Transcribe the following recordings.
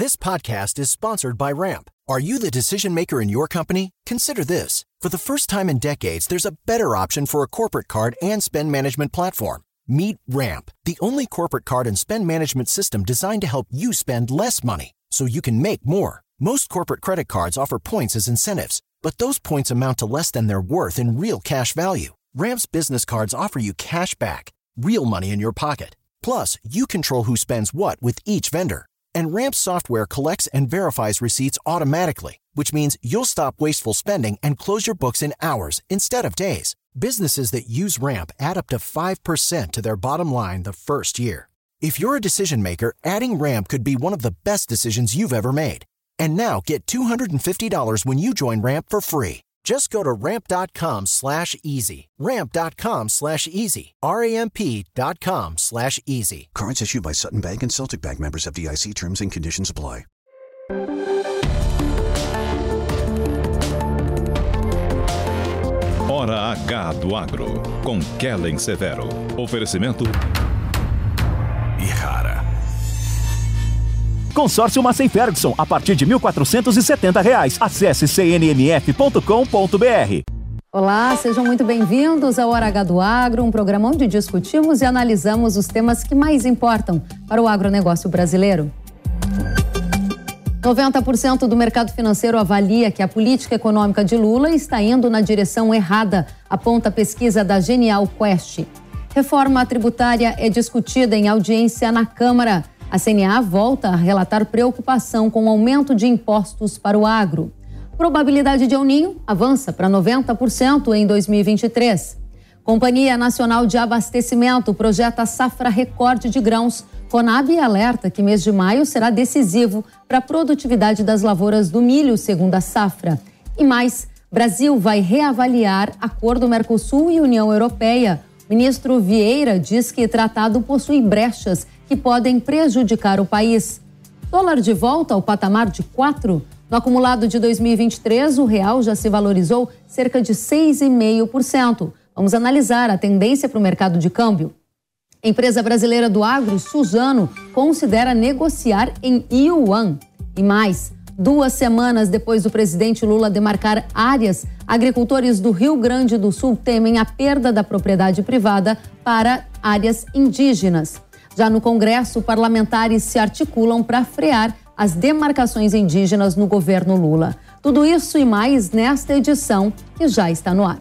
This podcast is sponsored by Ramp. Are you the decision maker in your company? Consider this. For the first time in decades, there's a better option for a corporate card and spend management platform. Meet Ramp, the only corporate card and spend management system designed to help you spend less money so you can make more. Most corporate credit cards offer points as incentives, but those points amount to less than their worth in real cash value. Ramp's business cards offer you cash back, real money in your pocket. Plus, you control who spends what with each vendor. And Ramp's software collects and verifies receipts automatically, which means you'll stop wasteful spending and close your books in hours instead of days. Businesses that use Ramp add up to 5% to their bottom line the first year. If you're a decision maker, adding Ramp could be one of the best decisions you've ever made. And now get $250 when you join Ramp for free. Just go to ramp.com/easy. Ramp.com/easy. RAMP.com/easy. Cards issued by Sutton Bank and Celtic Bank, members of FDIC. Terms and conditions apply. Hora H do Agro, com Kellen Severo. Oferecimento Ihara. Consórcio Massey Ferguson, a partir de R$ 1.470. Acesse cnmf.com.br. Olá, sejam muito bem-vindos ao Hora H do Agro, um programa onde discutimos e analisamos os temas que mais importam para o agronegócio brasileiro. 90% do mercado financeiro avalia que a política econômica de Lula está indo na direção errada, aponta a pesquisa da Genial Quest. Reforma tributária é discutida em audiência na Câmara. A CNA volta a relatar preocupação com o aumento de impostos para o agro. Probabilidade de El Niño avança para 90% em 2023. Companhia Nacional de Abastecimento projeta safra recorde de grãos. Conab alerta que mês de maio será decisivo para a produtividade das lavouras do milho, segundo a safra. E mais, Brasil vai reavaliar acordo Mercosul e União Europeia. Ministro Vieira diz que tratado possui brechas que podem prejudicar o país. Dólar de volta ao patamar de 4. No acumulado de 2023, o real já se valorizou cerca de 6,5%. Vamos analisar a tendência para o mercado de câmbio. Empresa brasileira do agro, Suzano, considera negociar em yuan. E mais, 2 semanas depois do presidente Lula demarcar áreas, agricultores do Rio Grande do Sul temem a perda da propriedade privada para áreas indígenas. Já no Congresso, parlamentares se articulam para frear as demarcações indígenas no governo Lula. Tudo isso e mais nesta edição que já está no ar.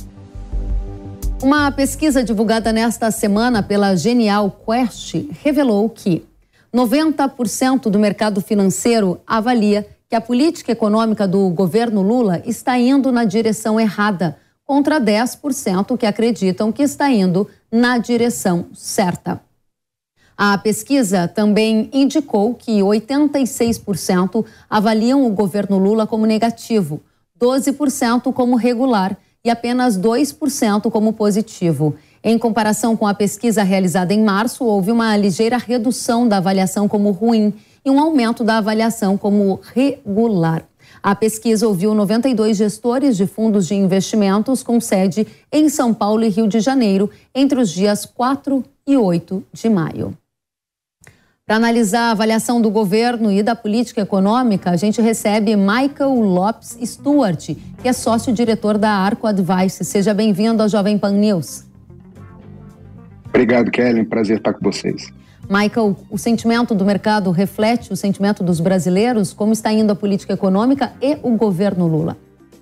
Uma pesquisa divulgada nesta semana pela Genial Quest revelou que 90% do mercado financeiro avalia que a política econômica do governo Lula está indo na direção errada, contra 10% que acreditam que está indo na direção certa. A pesquisa também indicou que 86% avaliam o governo Lula como negativo, 12% como regular e apenas 2% como positivo. Em comparação com a pesquisa realizada em março, houve uma ligeira redução da avaliação como ruim e um aumento da avaliação como regular. A pesquisa ouviu 92 gestores de fundos de investimentos com sede em São Paulo e Rio de Janeiro entre os dias 4 e 8 de maio. Para analisar a avaliação do governo e da política econômica, a gente recebe Michael Lopes Stuart, que é sócio-diretor da Arco Advice. Seja bem-vindo ao Jovem Pan News. Obrigado, Kellen. Prazer estar com vocês. Michael, o sentimento do mercado reflete o sentimento dos brasileiros? Como está indo a política econômica e o governo Lula?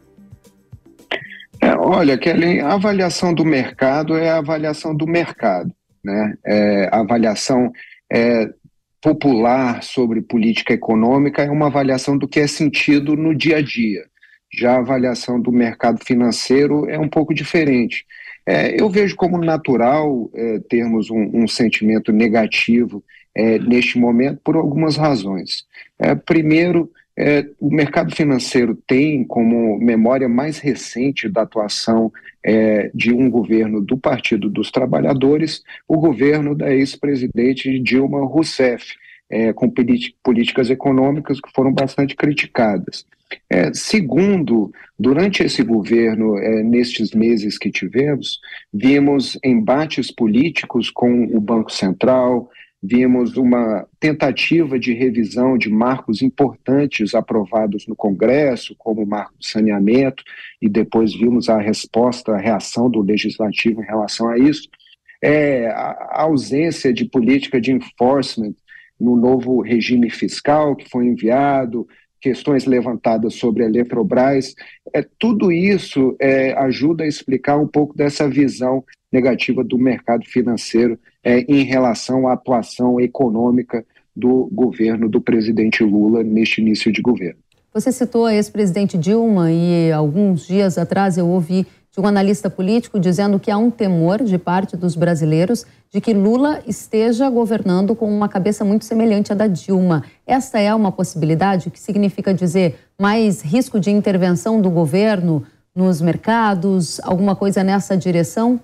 Olha, Kellen, a avaliação do mercado é a avaliação do mercado, né? A avaliação popular sobre política econômica é uma avaliação do que é sentido no dia a dia. Já a avaliação do mercado financeiro é um pouco diferente. Eu vejo como natural termos um sentimento negativo neste momento por algumas razões. Primeiro, o mercado financeiro tem como memória mais recente da atuação de um governo do Partido dos Trabalhadores, o governo da ex-presidente Dilma Rousseff, com políticas econômicas que foram bastante criticadas. Segundo, durante esse governo, nestes meses que tivemos, vimos embates políticos com o Banco Central, vimos uma tentativa de revisão de marcos importantes aprovados no Congresso, como o marco do saneamento, e depois vimos a reação do Legislativo em relação a isso. A ausência de política de enforcement no novo regime fiscal que foi enviado, questões levantadas sobre a Eletrobras, tudo isso ajuda a explicar um pouco dessa visão negativa do mercado financeiro em relação à atuação econômica do governo do presidente Lula neste início de governo. Você citou a ex-presidente Dilma e alguns dias atrás eu ouvi de um analista político dizendo que há um temor de parte dos brasileiros de que Lula esteja governando com uma cabeça muito semelhante à da Dilma. Esta é uma possibilidade? O que significa dizer mais risco de intervenção do governo nos mercados? Alguma coisa nessa direção?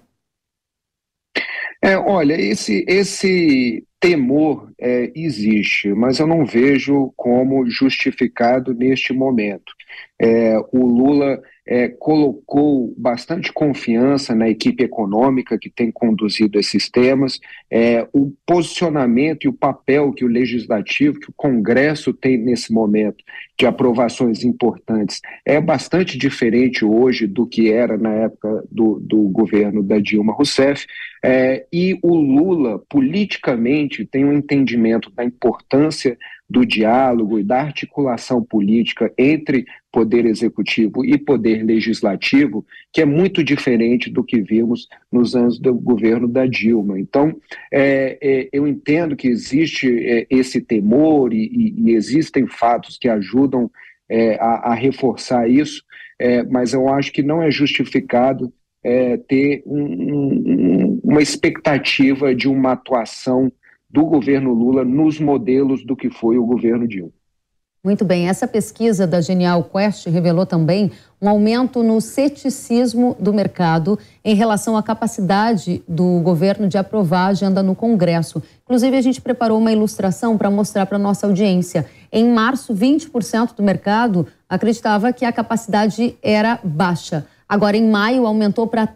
Olha, esse temor existe, mas eu não vejo como justificado neste momento. O Lula colocou bastante confiança na equipe econômica que tem conduzido esses temas. O posicionamento e o papel que o Legislativo, que o Congresso tem nesse momento de aprovações importantes é bastante diferente hoje do que era na época do governo da Dilma Rousseff. E o Lula, politicamente, tem um entendimento da importância do diálogo e da articulação política entre poder executivo e poder legislativo, que é muito diferente do que vimos nos anos do governo da Dilma. Então, eu entendo que existe esse temor e existem fatos que ajudam a reforçar isso, mas eu acho que não é justificado ter uma expectativa de uma atuação do governo Lula nos modelos do que foi o governo Dilma. Muito bem, essa pesquisa da Genial Quest revelou também um aumento no ceticismo do mercado em relação à capacidade do governo de aprovar a agenda no Congresso. Inclusive, a gente preparou uma ilustração para mostrar para a nossa audiência. Em março, 20% do mercado acreditava que a capacidade era baixa. Agora, em maio, aumentou para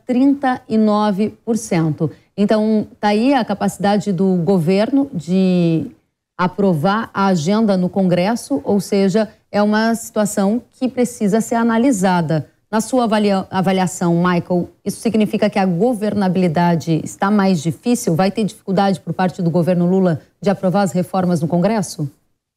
39%. Então, está aí a capacidade do governo de aprovar a agenda no Congresso, ou seja, é uma situação que precisa ser analisada. Na sua avaliação, Michael, isso significa que a governabilidade está mais difícil? Vai ter dificuldade por parte do governo Lula de aprovar as reformas no Congresso?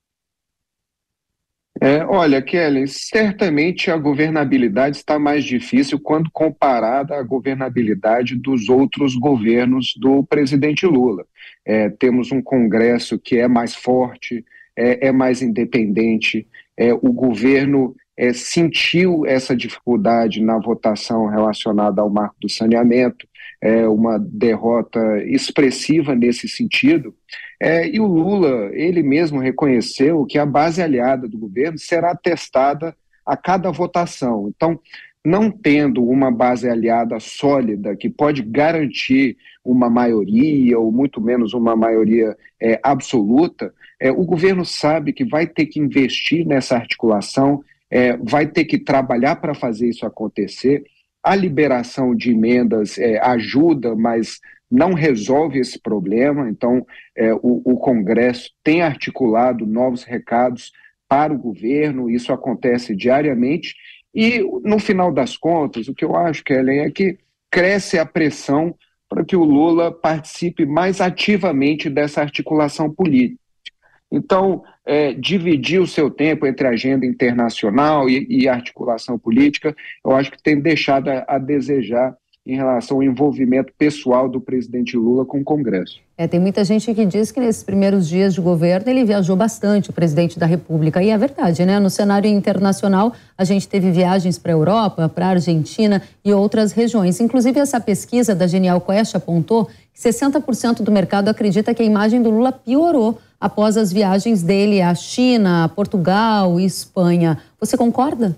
Olha, Kelly, certamente a governabilidade está mais difícil quando comparada à governabilidade dos outros governos do presidente Lula. Temos um Congresso que é mais forte, é mais independente, o governo sentiu essa dificuldade na votação relacionada ao marco do saneamento, uma derrota expressiva nesse sentido. E o Lula, ele mesmo reconheceu que a base aliada do governo será testada a cada votação. Então, não tendo uma base aliada sólida que pode garantir uma maioria, ou muito menos uma maioria absoluta, o governo sabe que vai ter que investir nessa articulação, vai ter que trabalhar para fazer isso acontecer. A liberação de emendas ajuda, mas não resolve esse problema. Então, o Congresso tem articulado novos recados para o governo, isso acontece diariamente, e no final das contas, o que eu acho, Kellen, é que cresce a pressão para que o Lula participe mais ativamente dessa articulação política. Então, dividir o seu tempo entre agenda internacional e articulação política, eu acho que tem deixado a desejar em relação ao envolvimento pessoal do presidente Lula com o Congresso. Tem muita gente que diz que nesses primeiros dias de governo ele viajou bastante, o presidente da República. E é verdade, né? No cenário internacional, a gente teve viagens para a Europa, para a Argentina e outras regiões. Inclusive, essa pesquisa da Genial Quest apontou que 60% do mercado acredita que a imagem do Lula piorou após as viagens dele à China, Portugal e Espanha. Você concorda?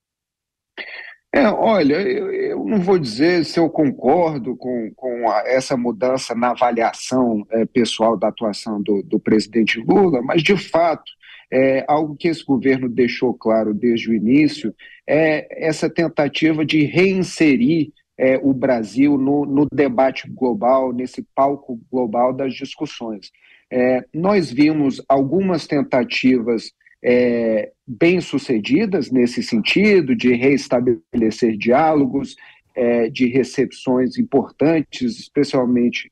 Olha, eu não vou dizer se eu concordo com essa mudança na avaliação pessoal da atuação do presidente Lula, mas, de fato, algo que esse governo deixou claro desde o início é essa tentativa de reinserir o Brasil no debate global, nesse palco global das discussões. Nós vimos algumas tentativas bem-sucedidas nesse sentido, de reestabelecer diálogos, de recepções importantes, especialmente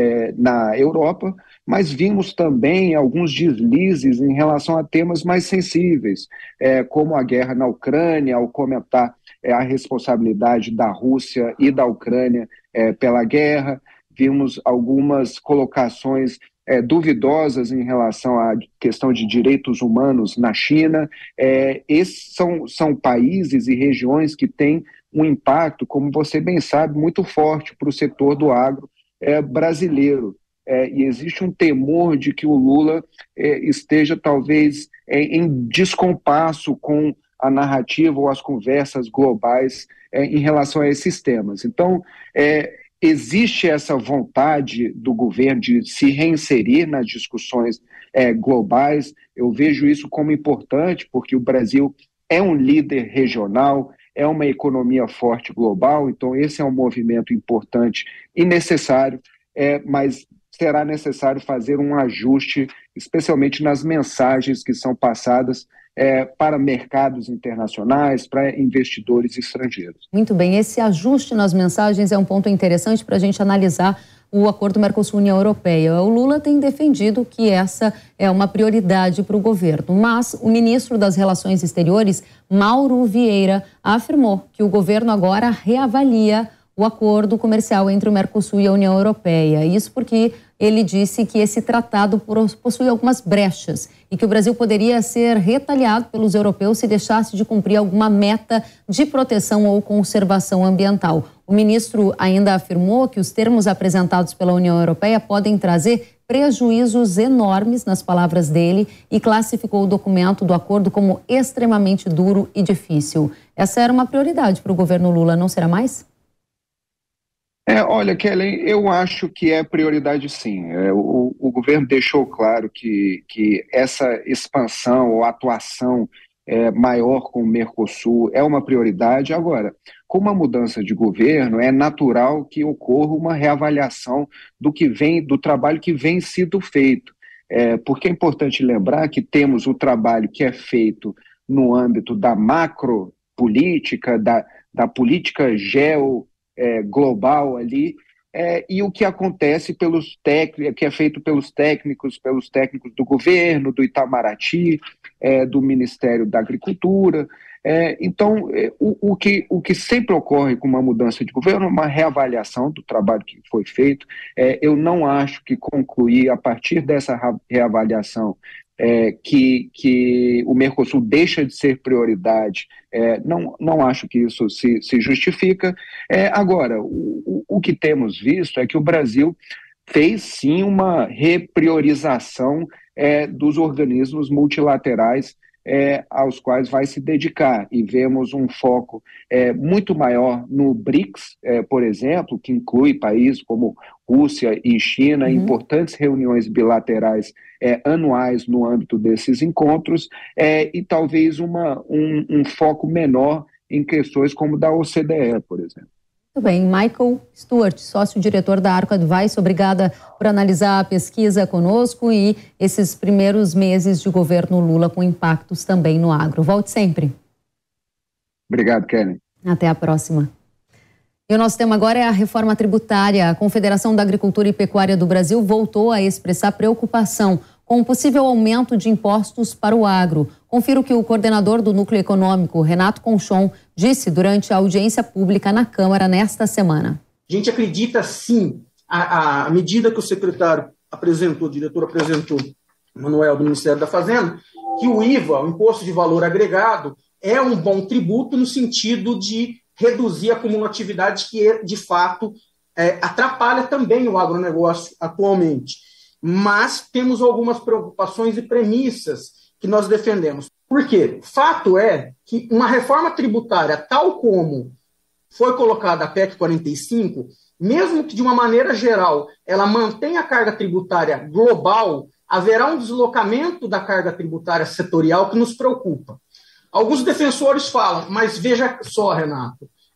na Europa, mas vimos também alguns deslizes em relação a temas mais sensíveis, como a guerra na Ucrânia, ao comentar a responsabilidade da Rússia e da Ucrânia pela guerra. Vimos algumas colocações duvidosas em relação à questão de direitos humanos na China. Esses são países e regiões que têm um impacto, como você bem sabe, muito forte para o setor do agro brasileiro. E existe um temor de que o Lula esteja talvez em descompasso com a narrativa ou as conversas globais em relação a esses temas. Então, existe essa vontade do governo de se reinserir nas discussões globais. Eu vejo isso como importante, porque o Brasil é um líder regional, é uma economia forte global, então esse é um movimento importante e necessário, mas será necessário fazer um ajuste, especialmente nas mensagens que são passadas para mercados internacionais, para investidores estrangeiros. Muito bem, esse ajuste nas mensagens é um ponto interessante para a gente analisar o acordo Mercosul-União Europeia. O Lula tem defendido que essa é uma prioridade para o governo, mas o ministro das Relações Exteriores, Mauro Vieira, afirmou que o governo agora reavalia o acordo comercial entre o Mercosul e a União Europeia. Isso porque ele disse que esse tratado possui algumas brechas e que o Brasil poderia ser retaliado pelos europeus se deixasse de cumprir alguma meta de proteção ou conservação ambiental. O ministro ainda afirmou que os termos apresentados pela União Europeia podem trazer prejuízos enormes, nas palavras dele, e classificou o documento do acordo como extremamente duro e difícil. Essa era uma prioridade para o governo Lula, não será mais? Olha, Kellen, eu acho que é prioridade sim. O governo deixou claro que essa expansão ou atuação maior com o Mercosul é uma prioridade. Agora, com uma mudança de governo, é natural que ocorra uma reavaliação do trabalho que vem sendo feito. Porque é importante lembrar que temos o trabalho que é feito no âmbito da macropolítica, da política global ali, e o que acontece que é feito pelos técnicos do governo, do Itamaraty, do Ministério da Agricultura. Então, o que sempre ocorre com uma mudança de governo é uma reavaliação do trabalho que foi feito. Eu não acho que concluir a partir dessa reavaliação que o Mercosul deixa de ser prioridade, não acho que isso se justifica. Agora, o que temos visto é que o Brasil fez sim uma repriorização dos organismos multilaterais aos quais vai se dedicar, e vemos um foco muito maior no BRICS, por exemplo, que inclui países como Rússia e China, importantes reuniões bilaterais anuais no âmbito desses encontros, e talvez um foco menor em questões como da OCDE, por exemplo. Muito bem. Michael Stewart, sócio-diretor da Arco Advice, obrigada por analisar a pesquisa conosco e esses primeiros meses de governo Lula com impactos também no agro. Volte sempre. Obrigado, Kellen. Até a próxima. E o nosso tema agora é a reforma tributária. A Confederação da Agricultura e Pecuária do Brasil voltou a expressar preocupação com o possível aumento de impostos para o agro. Confira o que o coordenador do Núcleo Econômico, Renato Conchon, disse durante a audiência pública na Câmara nesta semana. A gente acredita, sim, a medida que o secretário apresentou, o diretor apresentou, Manuel, do Ministério da Fazenda, que o IVA, o Imposto de Valor Agregado, é um bom tributo no sentido de reduzir a cumulatividade que, de fato, atrapalha também o agronegócio atualmente. Mas temos algumas preocupações e premissas que nós defendemos. Por quê? Fato é que uma reforma tributária, tal como foi colocada a PEC 45, mesmo que de uma maneira geral ela mantenha a carga tributária global, haverá um deslocamento da carga tributária setorial que nos preocupa. Alguns defensores falam, mas veja só, Renato,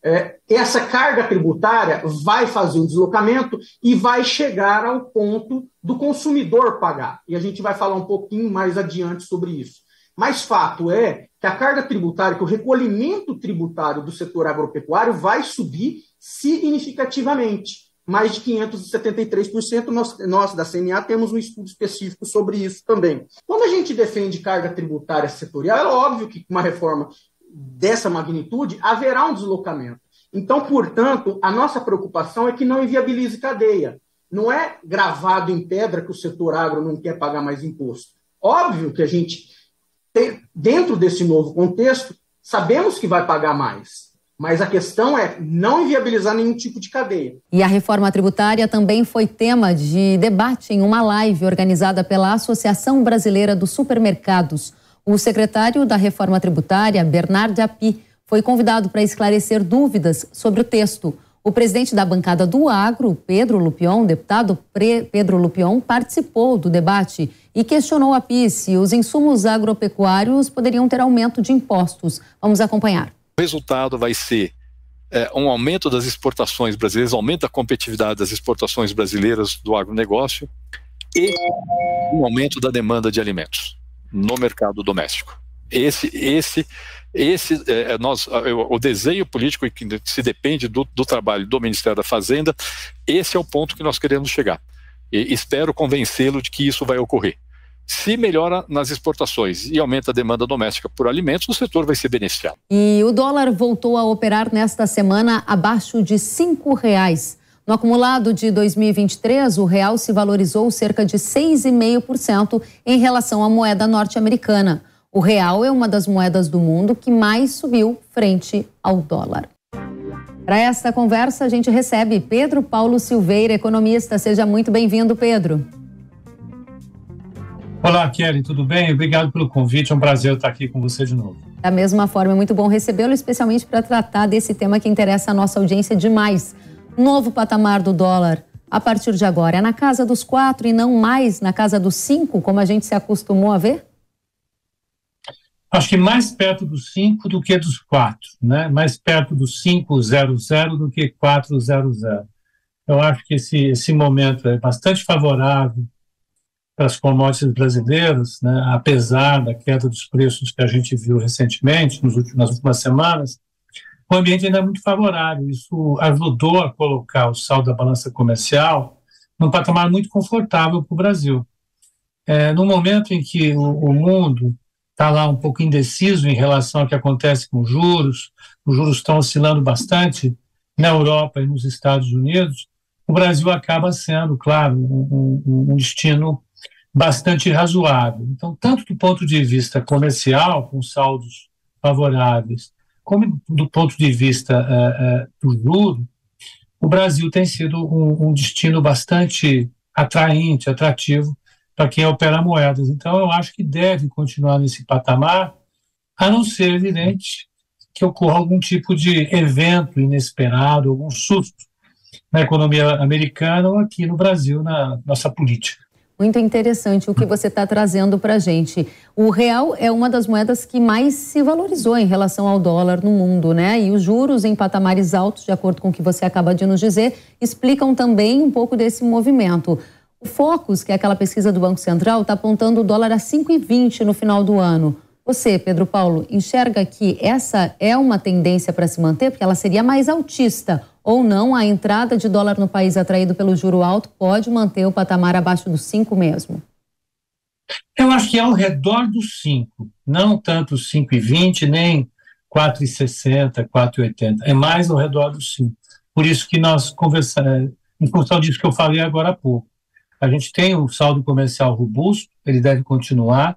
essa carga tributária vai fazer um deslocamento e vai chegar ao ponto do consumidor pagar. E a gente vai falar um pouquinho mais adiante sobre isso. Mas fato é que a carga tributária, que o recolhimento tributário do setor agropecuário vai subir significativamente. Mais de 573%, nós da CNA temos um estudo específico sobre isso também. Quando a gente defende carga tributária setorial, é óbvio que com uma reforma dessa magnitude haverá um deslocamento. Então, portanto, a nossa preocupação é que não inviabilize cadeia. Não é gravado em pedra que o setor agro não quer pagar mais imposto. Óbvio que a gente, dentro desse novo contexto, sabemos que vai pagar mais. Mas a questão é não inviabilizar nenhum tipo de cadeia. E a reforma tributária também foi tema de debate em uma live organizada pela Associação Brasileira dos Supermercados. O secretário da Reforma Tributária, Bernard Api, foi convidado para esclarecer dúvidas sobre o texto. O presidente da bancada do Agro, Pedro Lupion, deputado Pedro Lupion, participou do debate e questionou a Api se os insumos agropecuários poderiam ter aumento de impostos. Vamos acompanhar. O resultado vai ser um aumento das exportações brasileiras, aumento da competitividade das exportações brasileiras do agronegócio e um aumento da demanda de alimentos no mercado doméstico. O desenho político que se depende do trabalho do Ministério da Fazenda, esse é o ponto que nós queremos chegar. E espero convencê-lo de que isso vai ocorrer. Se melhora nas exportações e aumenta a demanda doméstica por alimentos, o setor vai ser beneficiado. E o dólar voltou a operar nesta semana abaixo de R$5. No acumulado de 2023, o real se valorizou cerca de 6,5% em relação à moeda norte-americana. O real é uma das moedas do mundo que mais subiu frente ao dólar. Para esta conversa, a gente recebe Pedro Paulo Silveira, economista. Seja muito bem-vindo, Pedro. Olá, Kelly, tudo bem? Obrigado pelo convite, é um prazer estar aqui com você de novo. Da mesma forma, é muito bom recebê-lo, especialmente para tratar desse tema que interessa a nossa audiência demais. Novo patamar do dólar, a partir de agora, é na casa dos 4 e não mais na casa dos 5, como a gente se acostumou a ver? Acho que mais perto dos 5 do que dos 4, né? Mais perto dos 500 do que 400. Eu acho que esse momento é bastante favorável para as commodities brasileiras, né? Apesar da queda dos preços que a gente viu recentemente, nas últimas semanas, o ambiente ainda é muito favorável. Isso ajudou a colocar o saldo da balança comercial num patamar muito confortável para o Brasil. No momento em que o mundo está lá um pouco indeciso em relação ao que acontece com os juros estão oscilando bastante na Europa e nos Estados Unidos, o Brasil acaba sendo, claro, um destino bastante razoável. Então, tanto do ponto de vista comercial, com saldos favoráveis, como do ponto de vista do juro, o Brasil tem sido um destino bastante atraente, atrativo para quem opera moedas. Então, eu acho que deve continuar nesse patamar, a não ser evidente que ocorra algum tipo de evento inesperado, algum susto na economia americana ou aqui no Brasil, na nossa política. Muito interessante o que você está trazendo para a gente. O real é uma das moedas que mais se valorizou em relação ao dólar no mundo, né? E os juros em patamares altos, de acordo com o que você acaba de nos dizer, explicam também um pouco desse movimento. O Focus, que é aquela pesquisa do Banco Central, está apontando o dólar a 5,20 no final do ano. Você, Pedro Paulo, enxerga que essa é uma tendência para se manter, porque ela seria mais altista, ou não, a entrada de dólar no país atraído pelo juro alto pode manter o patamar abaixo dos 5 mesmo? Eu acho que é ao redor dos 5, não tanto 5,20, nem 4,60, 4,80, é mais ao redor dos 5. Por isso que nós conversamos, em função disso que eu falei agora há pouco. A gente tem um saldo comercial robusto, ele deve continuar,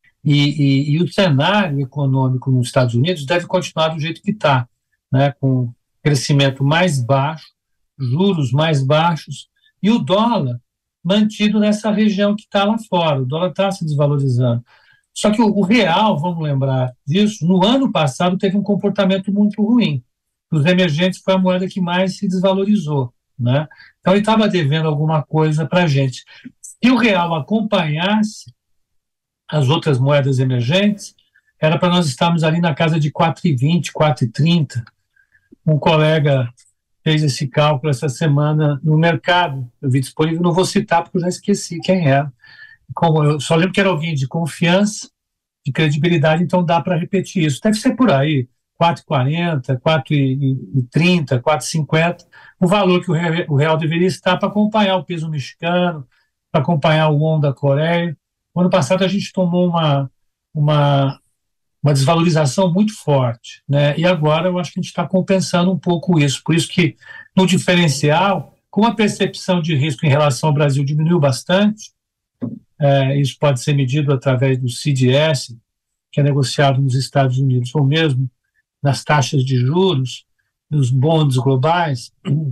e o cenário econômico nos Estados Unidos deve continuar do jeito que está, né, com crescimento mais baixo, juros mais baixos, e o dólar mantido nessa região que está lá fora. O dólar está se desvalorizando. Só que o real, vamos lembrar disso, no ano passado teve um comportamento muito ruim. Os emergentes foi a moeda que mais se desvalorizou, né? Então ele estava devendo alguma coisa para a gente. Se o real acompanhasse as outras moedas emergentes, era para nós estarmos ali na casa de 4,20, 4,30. um colega fez esse cálculo essa semana no mercado. Eu vi disponível, não vou citar porque eu já esqueci quem era. Eu só lembro que era alguém de confiança, de credibilidade, então dá para repetir isso. Deve ser por aí, 4,40, 4,30, 4,50, o valor que o real deveria estar para acompanhar o peso mexicano, para acompanhar o won da Coreia. No ano passado a gente tomou uma desvalorização muito forte, né? E agora eu acho que a gente está compensando um pouco isso. Por isso que no diferencial, como a percepção de risco em relação ao Brasil diminuiu bastante, isso pode ser medido através do CDS, que é negociado nos Estados Unidos, ou mesmo nas taxas de juros, nos bonds globais.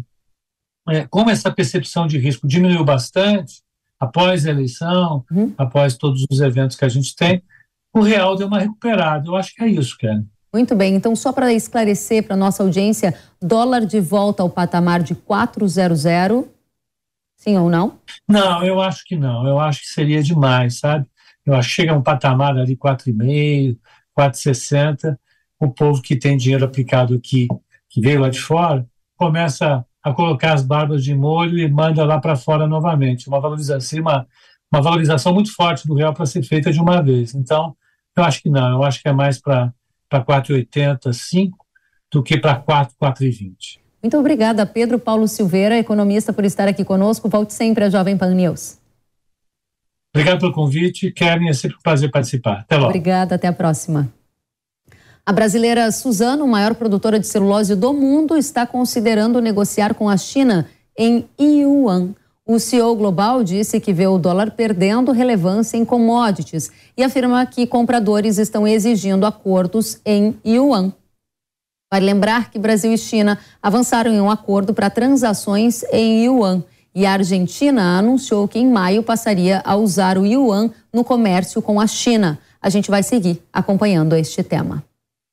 Como essa percepção de risco diminuiu bastante, após a eleição, após todos os eventos que a gente tem, o real deu uma recuperada. Eu acho que é isso, Kelly. Muito bem. Então, só para esclarecer para a nossa audiência, dólar de volta ao patamar de 4,00, sim ou não? Não, eu acho que não. Eu acho que seria demais, sabe? Eu acho que chega a um patamar ali 4,5, 4,60. O povo que tem dinheiro aplicado aqui, que veio lá de fora, começa a colocar as barbas de molho e manda lá para fora novamente. Uma valorização muito forte do real para ser feita de uma vez. Então, eu acho que não. Eu acho que é mais para 4,80, 5, do que para 4,20. Muito obrigada, Pedro Paulo Silveira, economista, por estar aqui conosco. Volte sempre à Jovem Pan News. Obrigado pelo convite, Karen, é sempre um prazer participar. Até logo. Obrigada, até a próxima. A brasileira Suzano, maior produtora de celulose do mundo, está considerando negociar com a China em yuan. O CEO global disse que vê o dólar perdendo relevância em commodities e afirma que compradores estão exigindo acordos em yuan. Vale lembrar que Brasil e China avançaram em um acordo para transações em yuan e a Argentina anunciou que em maio passaria a usar o yuan no comércio com a China. A gente vai seguir acompanhando este tema.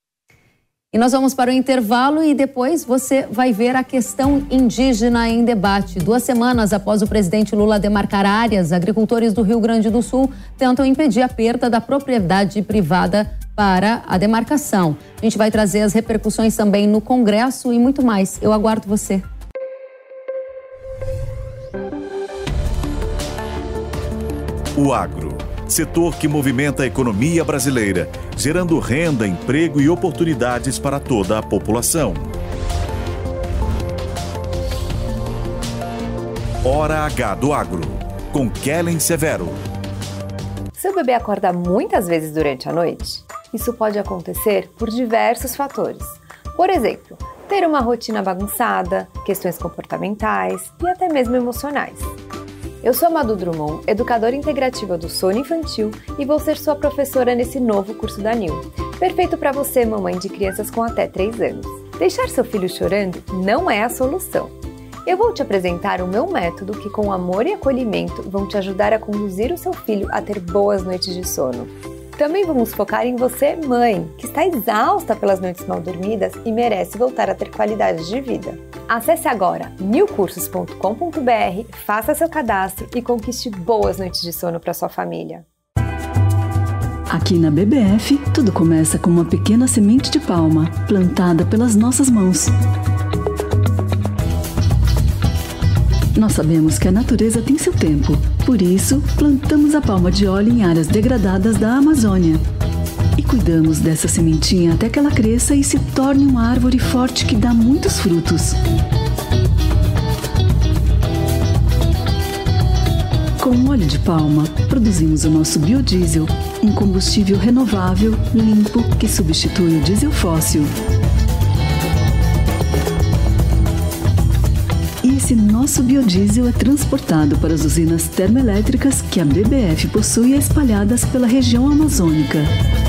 E nós vamos para o intervalo e depois você vai ver a questão indígena em debate. 2 semanas após o presidente Lula demarcar áreas, agricultores do Rio Grande do Sul tentam impedir a perda da propriedade privada para a demarcação. A gente vai trazer as repercussões também no Congresso e muito mais. Eu aguardo você. O agro, setor que movimenta a economia brasileira, gerando renda, emprego e oportunidades para toda a população. Hora H do Agro, com Kellen Severo. Seu bebê acorda muitas vezes durante a noite? Isso pode acontecer por diversos fatores. Por exemplo, ter uma rotina bagunçada, questões comportamentais e até mesmo emocionais. Eu sou a Madu Drummond, educadora integrativa do sono infantil e vou ser sua professora nesse novo curso da NIL. Perfeito para você, mamãe de crianças com até 3 anos. Deixar seu filho chorando não é a solução. Eu vou te apresentar o meu método que, com amor e acolhimento, vão te ajudar a conduzir o seu filho a ter boas noites de sono. Também vamos focar em você, mãe, que está exausta pelas noites mal dormidas e merece voltar a ter qualidade de vida. Acesse agora nilcursos.com.br, faça seu cadastro e conquiste boas noites de sono para sua família. Aqui na BBF, tudo começa com uma pequena semente de palma, plantada pelas nossas mãos. Nós sabemos que a natureza tem seu tempo, por isso, plantamos a palma de óleo em áreas degradadas da Amazônia. E cuidamos dessa sementinha até que ela cresça e se torne uma árvore forte que dá muitos frutos. Com o óleo de palma, produzimos o nosso biodiesel, um combustível renovável, limpo, que substitui o diesel fóssil. E esse nosso biodiesel é transportado para as usinas termoelétricas que a BBF possui espalhadas pela região amazônica.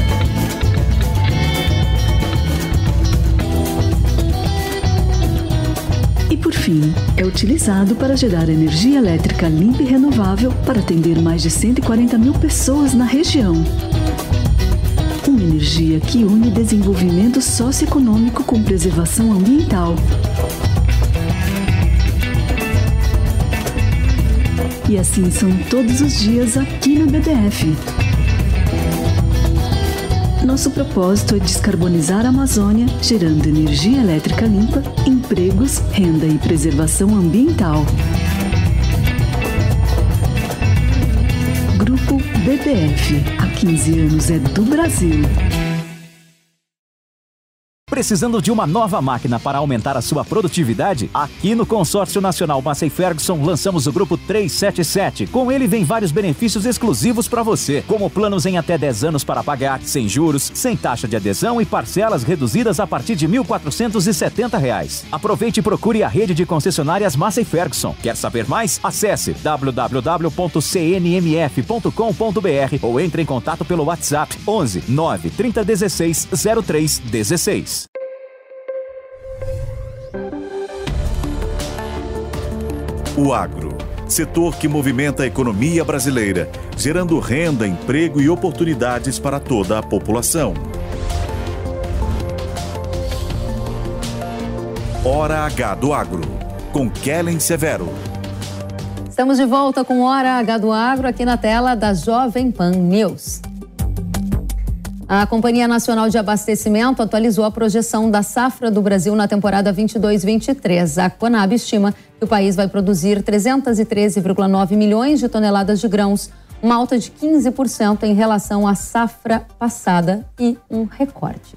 E por fim, é utilizado para gerar energia elétrica limpa e renovável para atender mais de 140 mil pessoas na região. Uma energia que une desenvolvimento socioeconômico com preservação ambiental. E assim são todos os dias aqui na BBF. Nosso propósito é descarbonizar a Amazônia, gerando energia elétrica limpa, empregos, renda e preservação ambiental. Grupo BBF. Há 15 anos é do Brasil. Precisando de uma nova máquina para aumentar a sua produtividade? Aqui no Consórcio Nacional Massey Ferguson lançamos o Grupo 377. Com ele vem vários benefícios exclusivos para você, como planos em até 10 anos para pagar, sem juros, sem taxa de adesão e parcelas reduzidas a partir de R$ 1.470. Aproveite e procure a rede de concessionárias Massey Ferguson. Quer saber mais? Acesse www.cnmf.com.br ou entre em contato pelo WhatsApp 11 9 3016 0316. O agro, setor que movimenta a economia brasileira, gerando renda, emprego e oportunidades para toda a população. Hora H do Agro, com Kellen Severo. Estamos de volta com Hora H do Agro aqui na tela da Jovem Pan News. A Companhia Nacional de Abastecimento atualizou a projeção da safra do Brasil na temporada 22-23. A Conab estima que o país vai produzir 313,9 milhões de toneladas de grãos, uma alta de 15% em relação à safra passada e um recorde.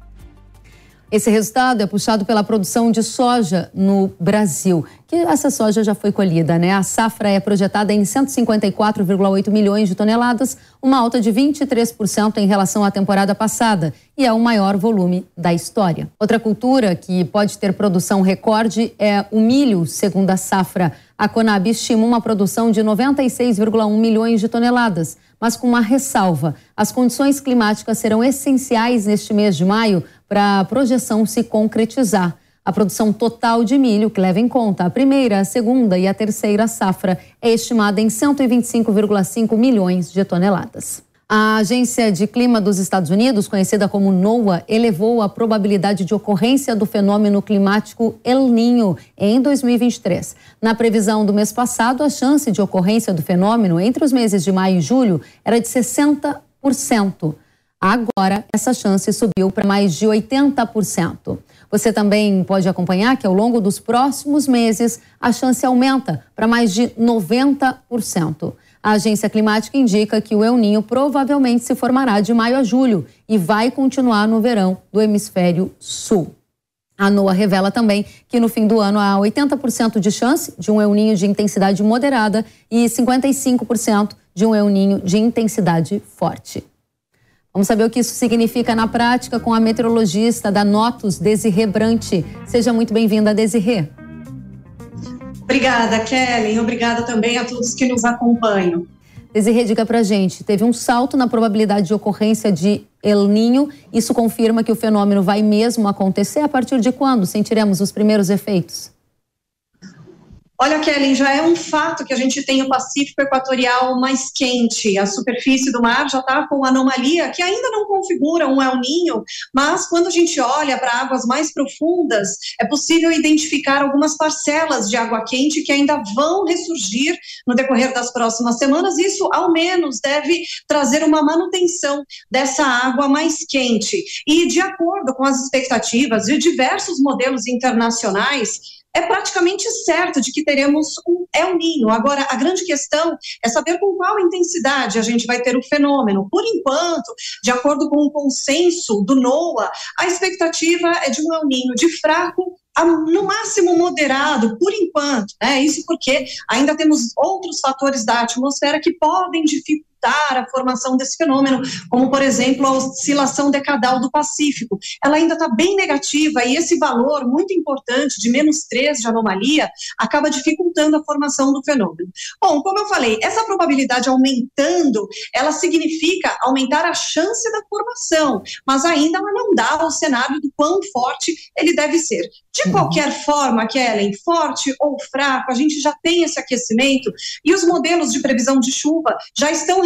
Esse resultado é puxado pela produção de soja no Brasil, que essa soja já foi colhida, né? A safra é projetada em 154,8 milhões de toneladas, uma alta de 23% em relação à temporada passada e é o maior volume da história. Outra cultura que pode ter produção recorde é o milho, segundo a safra. A Conab estima uma produção de 96,1 milhões de toneladas, mas com uma ressalva. As condições climáticas serão essenciais neste mês de maio para a projeção se concretizar. A produção total de milho, que leva em conta a primeira, a segunda e a terceira safra, é estimada em 125,5 milhões de toneladas. A Agência de Clima dos Estados Unidos, conhecida como NOAA, elevou a probabilidade de ocorrência do fenômeno climático El Niño em 2023. Na previsão do mês passado, a chance de ocorrência do fenômeno entre os meses de maio e julho era de 60%. Agora, essa chance subiu para mais de 80%. Você também pode acompanhar que ao longo dos próximos meses, a chance aumenta para mais de 90%. A agência climática indica que o El Niño provavelmente se formará de maio a julho e vai continuar no verão do hemisfério sul. A NOAA revela também que no fim do ano há 80% de chance de um El Niño de intensidade moderada e 55% de um El Niño de intensidade forte. Vamos saber o que isso significa na prática com a meteorologista da Notus, Desirê Brant. Seja muito bem-vinda, Desirê. Obrigada, Kellen. Obrigada também a todos que nos acompanham. Desirê, diga pra gente, teve um salto na probabilidade de ocorrência de El Niño. Isso confirma que o fenômeno vai mesmo acontecer? A partir de quando sentiremos os primeiros efeitos? Olha, Kellen, já é um fato que a gente tem o Pacífico Equatorial mais quente. A superfície do mar já está com anomalia que ainda não configura um El Niño, mas quando a gente olha para águas mais profundas, é possível identificar algumas parcelas de água quente que ainda vão ressurgir no decorrer das próximas semanas. Isso, ao menos, deve trazer uma manutenção dessa água mais quente. E, de acordo com as expectativas de diversos modelos internacionais, é praticamente certo de que teremos um El Niño. Agora, a grande questão é saber com qual intensidade a gente vai ter o fenômeno. Por enquanto, de acordo com o consenso do NOAA, a expectativa é de um El Niño de fraco a, no máximo, moderado, por enquanto, né? Isso porque ainda temos outros fatores da atmosfera que podem dificultar a formação desse fenômeno, como, por exemplo, a oscilação decadal do Pacífico. Ela ainda está bem negativa e esse valor muito importante de -3 de anomalia acaba dificultando a formação do fenômeno. Bom, como eu falei, essa probabilidade aumentando, ela significa aumentar a chance da formação, mas ainda ela não dá o cenário do quão forte ele deve ser. De qualquer forma, Kellen, forte ou fraco, a gente já tem esse aquecimento e os modelos de previsão de chuva já estão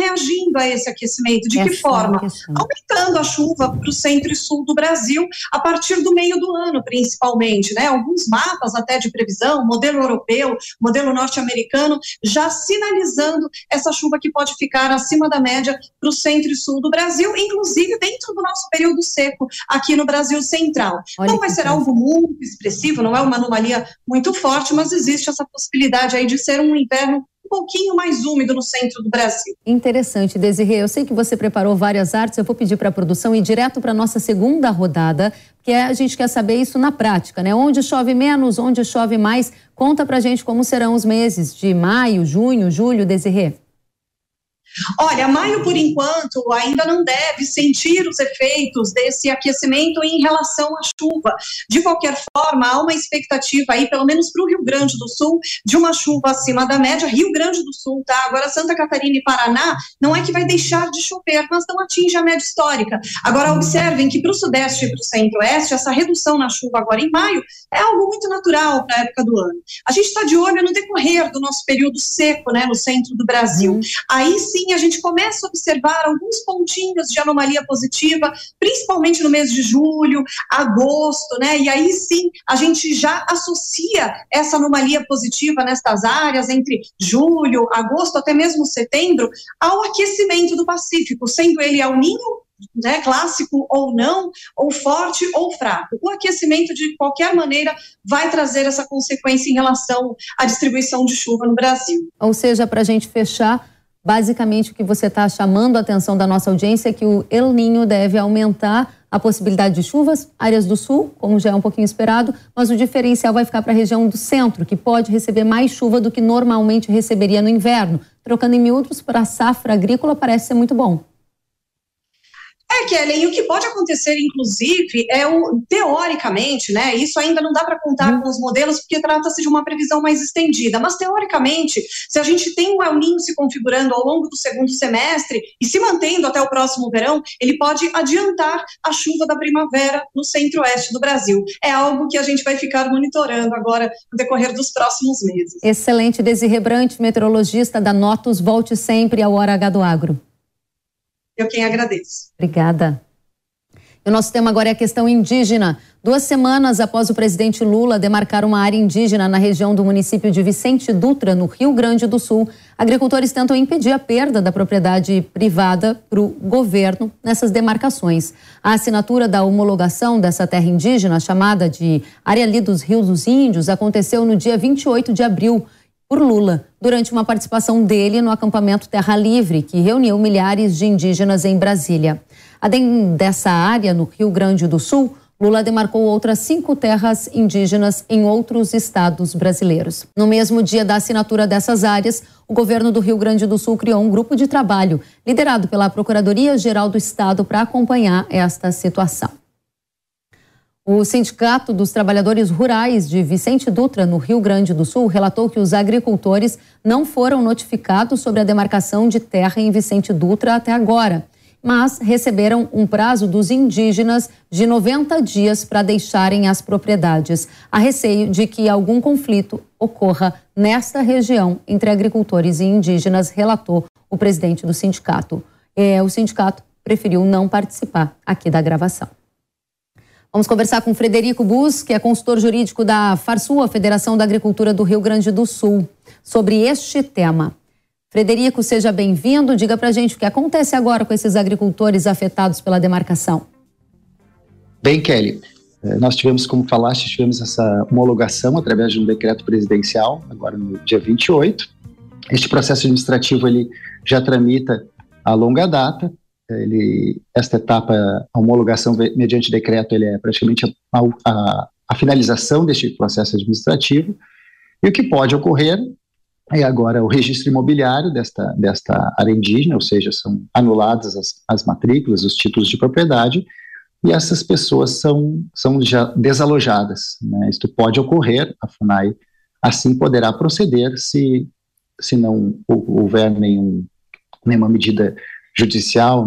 reagindo a esse aquecimento. De que forma? Aumentando a chuva para o centro e sul do Brasil a partir do meio do ano, principalmente, né? Alguns mapas até de previsão, modelo europeu, modelo norte-americano, já sinalizando essa chuva que pode ficar acima da média para o centro e sul do Brasil, inclusive dentro do nosso período seco aqui no Brasil Central. Não vai ser algo muito expressivo, não é uma anomalia muito forte, mas existe essa possibilidade aí de ser um inverno um pouquinho mais úmido no centro do Brasil. Interessante, Desirê. Eu sei que você preparou várias artes, eu vou pedir para a produção ir direto para a nossa segunda rodada, que a gente quer saber isso na prática, né? Onde chove menos, onde chove mais. Conta pra gente como serão os meses de maio, junho, julho, Desirê. Olha, maio, por enquanto, ainda não deve sentir os efeitos desse aquecimento em relação à chuva. De qualquer forma, há uma expectativa aí, pelo menos para o Rio Grande do Sul, de uma chuva acima da média. Rio Grande do Sul, tá? Agora, Santa Catarina e Paraná, não é que vai deixar de chover, mas não atinge a média histórica. Agora, observem que para o Sudeste e para o Centro-Oeste, essa redução na chuva agora em maio é algo muito natural para a época do ano. A gente está de olho no decorrer do nosso período seco, né, no centro do Brasil. Aí sim, a gente começa a observar alguns pontinhos de anomalia positiva, principalmente no mês de julho, agosto, né? E aí sim, a gente já associa essa anomalia positiva nestas áreas entre julho, agosto, até mesmo setembro, ao aquecimento do Pacífico, sendo ele El Niño, né, clássico ou não, ou forte ou fraco. O aquecimento, de qualquer maneira, vai trazer essa consequência em relação à distribuição de chuva no Brasil. Ou seja, para a gente fechar, basicamente o que você está chamando a atenção da nossa audiência é que o El Niño deve aumentar a possibilidade de chuvas, áreas do sul, como já é um pouquinho esperado, mas o diferencial vai ficar para a região do centro, que pode receber mais chuva do que normalmente receberia no inverno. Trocando em miúdos, para a safra agrícola parece ser muito bom. Kelly, e o que pode acontecer, inclusive, teoricamente, né, isso ainda não dá para contar com os modelos, porque trata-se de uma previsão mais estendida, mas teoricamente, se a gente tem o El Niño se configurando ao longo do segundo semestre e se mantendo até o próximo verão, ele pode adiantar a chuva da primavera no centro-oeste do Brasil. É algo que a gente vai ficar monitorando agora no decorrer dos próximos meses. Excelente, Desirê Brant, meteorologista da Notus, volte sempre ao Hora H do Agro. Eu quem agradeço. Obrigada. E o nosso tema agora é a questão indígena. 2 semanas após o presidente Lula demarcar uma área indígena na região do município de Vicente Dutra, no Rio Grande do Sul, agricultores tentam impedir a perda da propriedade privada para o governo nessas demarcações. A assinatura da homologação dessa terra indígena, chamada de Área ali dos Rios dos Índios, aconteceu no dia 28 de abril, por Lula, durante uma participação dele no acampamento Terra Livre, que reuniu milhares de indígenas em Brasília. Além dessa área, no Rio Grande do Sul, Lula demarcou outras 5 terras indígenas em outros estados brasileiros. No mesmo dia da assinatura dessas áreas, o governo do Rio Grande do Sul criou um grupo de trabalho, liderado pela Procuradoria-Geral do Estado, para acompanhar esta situação. O Sindicato dos Trabalhadores Rurais de Vicente Dutra, no Rio Grande do Sul, relatou que os agricultores não foram notificados sobre a demarcação de terra em Vicente Dutra até agora, mas receberam um prazo dos indígenas de 90 dias para deixarem as propriedades, a receio de que algum conflito ocorra nesta região entre agricultores e indígenas, relatou o presidente do sindicato. O sindicato preferiu não participar aqui da gravação. Vamos conversar com Frederico Bus, que é consultor jurídico da Farsul, a Federação da Agricultura do Rio Grande do Sul, sobre este tema. Frederico, seja bem-vindo. Diga pra gente o que acontece agora com esses agricultores afetados pela demarcação. Bem, Kelly, nós tivemos, como falaste, essa homologação através de um decreto presidencial, agora no dia 28. Este processo administrativo ele já tramita a longa data. Esta etapa, a homologação mediante decreto, ele é praticamente a finalização deste processo administrativo, e o que pode ocorrer é agora o registro imobiliário desta área indígena, ou seja, são anuladas as matrículas, os títulos de propriedade, e essas pessoas são já desalojadas, né? Isto pode ocorrer, a FUNAI assim poderá proceder se não houver nenhuma medida judicial,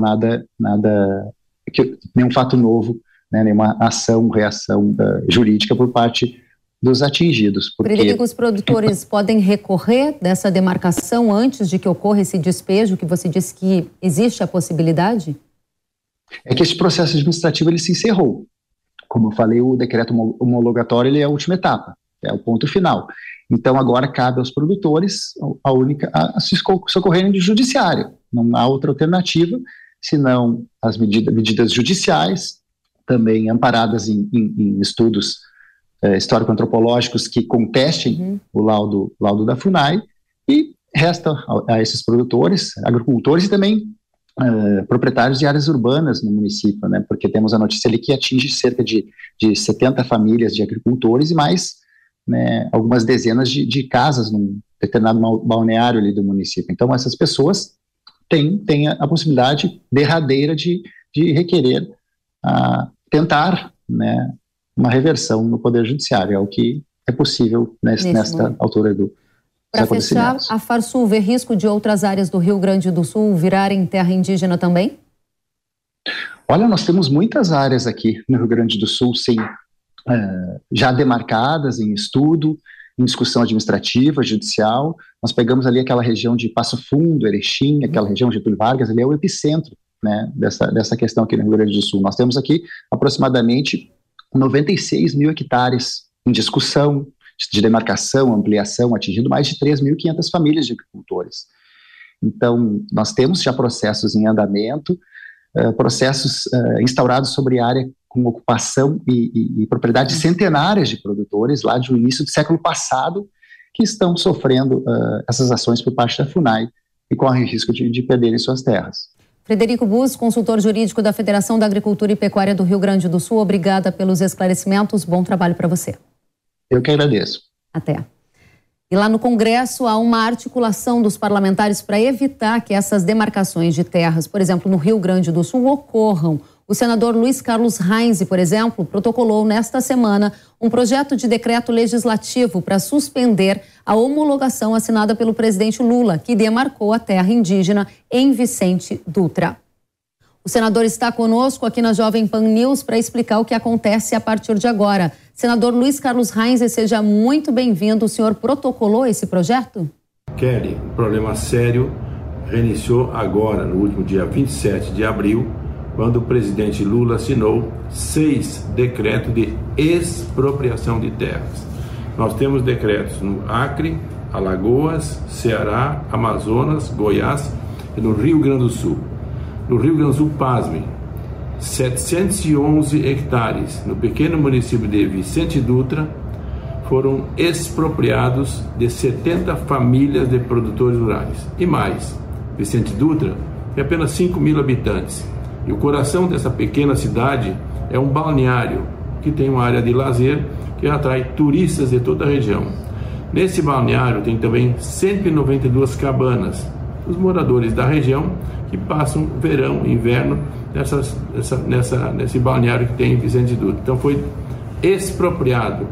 nenhum fato novo, né, nenhuma ação, reação jurídica por parte dos atingidos. Porque... Frederico, os produtores podem recorrer dessa demarcação antes de que ocorra esse despejo, que você disse que existe a possibilidade? É que esse processo administrativo ele se encerrou. Como eu falei, o decreto homologatório ele é a última etapa, é o ponto final. Então agora cabe aos produtores a se socorrerem de judiciário. Não há outra alternativa, senão as medidas judiciais, também amparadas em estudos histórico-antropológicos que contestem o laudo da FUNAI, e resta a esses produtores, agricultores e também proprietários de áreas urbanas no município, né? Porque temos a notícia ali que atinge cerca de 70 famílias de agricultores e mais, né, algumas dezenas de casas num determinado balneário ali do município. Então essas pessoas têm a possibilidade derradeira de requerer, tentar, né, uma reversão no Poder Judiciário, é o que é possível nesta altura do Para fechar, a Farsul vê risco de outras áreas do Rio Grande do Sul virarem terra indígena também? Olha, nós temos muitas áreas aqui no Rio Grande do Sul, sim, já demarcadas em estudo, em discussão administrativa, judicial. Nós pegamos ali aquela região de Passo Fundo, Erechim, aquela região de Getúlio Vargas, ali é o epicentro, né, dessa questão aqui no Rio Grande do Sul. Nós temos aqui aproximadamente 96 mil hectares em discussão, de demarcação, ampliação, atingindo mais de 3.500 famílias de agricultores. Então, nós temos já processos em andamento, processos instaurados sobre área com ocupação e propriedades centenárias de produtores, lá do início do século passado, que estão sofrendo essas ações por parte da FUNAI e correm risco de perderem suas terras. Frederico Bus, consultor jurídico da Federação da Agricultura e Pecuária do Rio Grande do Sul, obrigada pelos esclarecimentos, bom trabalho para você. Eu que agradeço. Até. E lá no Congresso há uma articulação dos parlamentares para evitar que essas demarcações de terras, por exemplo, no Rio Grande do Sul, ocorram. O senador Luiz Carlos Reins, por exemplo, protocolou nesta semana um projeto de decreto legislativo para suspender a homologação assinada pelo presidente Lula, que demarcou a terra indígena em Vicente Dutra. O senador está conosco aqui na Jovem Pan News para explicar o que acontece a partir de agora. Senador Luiz Carlos Reins, seja muito bem-vindo. O senhor protocolou esse projeto? Kelly, um problema sério reiniciou agora, no último dia 27 de abril, quando o presidente Lula assinou 6 decretos de expropriação de terras. Nós temos decretos no Acre, Alagoas, Ceará, Amazonas, Goiás e no Rio Grande do Sul. No Rio Grande do Sul, pasmem, 711 hectares no pequeno município de Vicente Dutra foram expropriados de 70 famílias de produtores rurais. E mais, Vicente Dutra tem apenas 5 mil habitantes. E o coração dessa pequena cidade é um balneário que tem uma área de lazer que atrai turistas de toda a região. Nesse balneário tem também 192 cabanas. Os moradores da região que passam verão e inverno nesse balneário que tem em Vicente Dutra. Então foi expropriado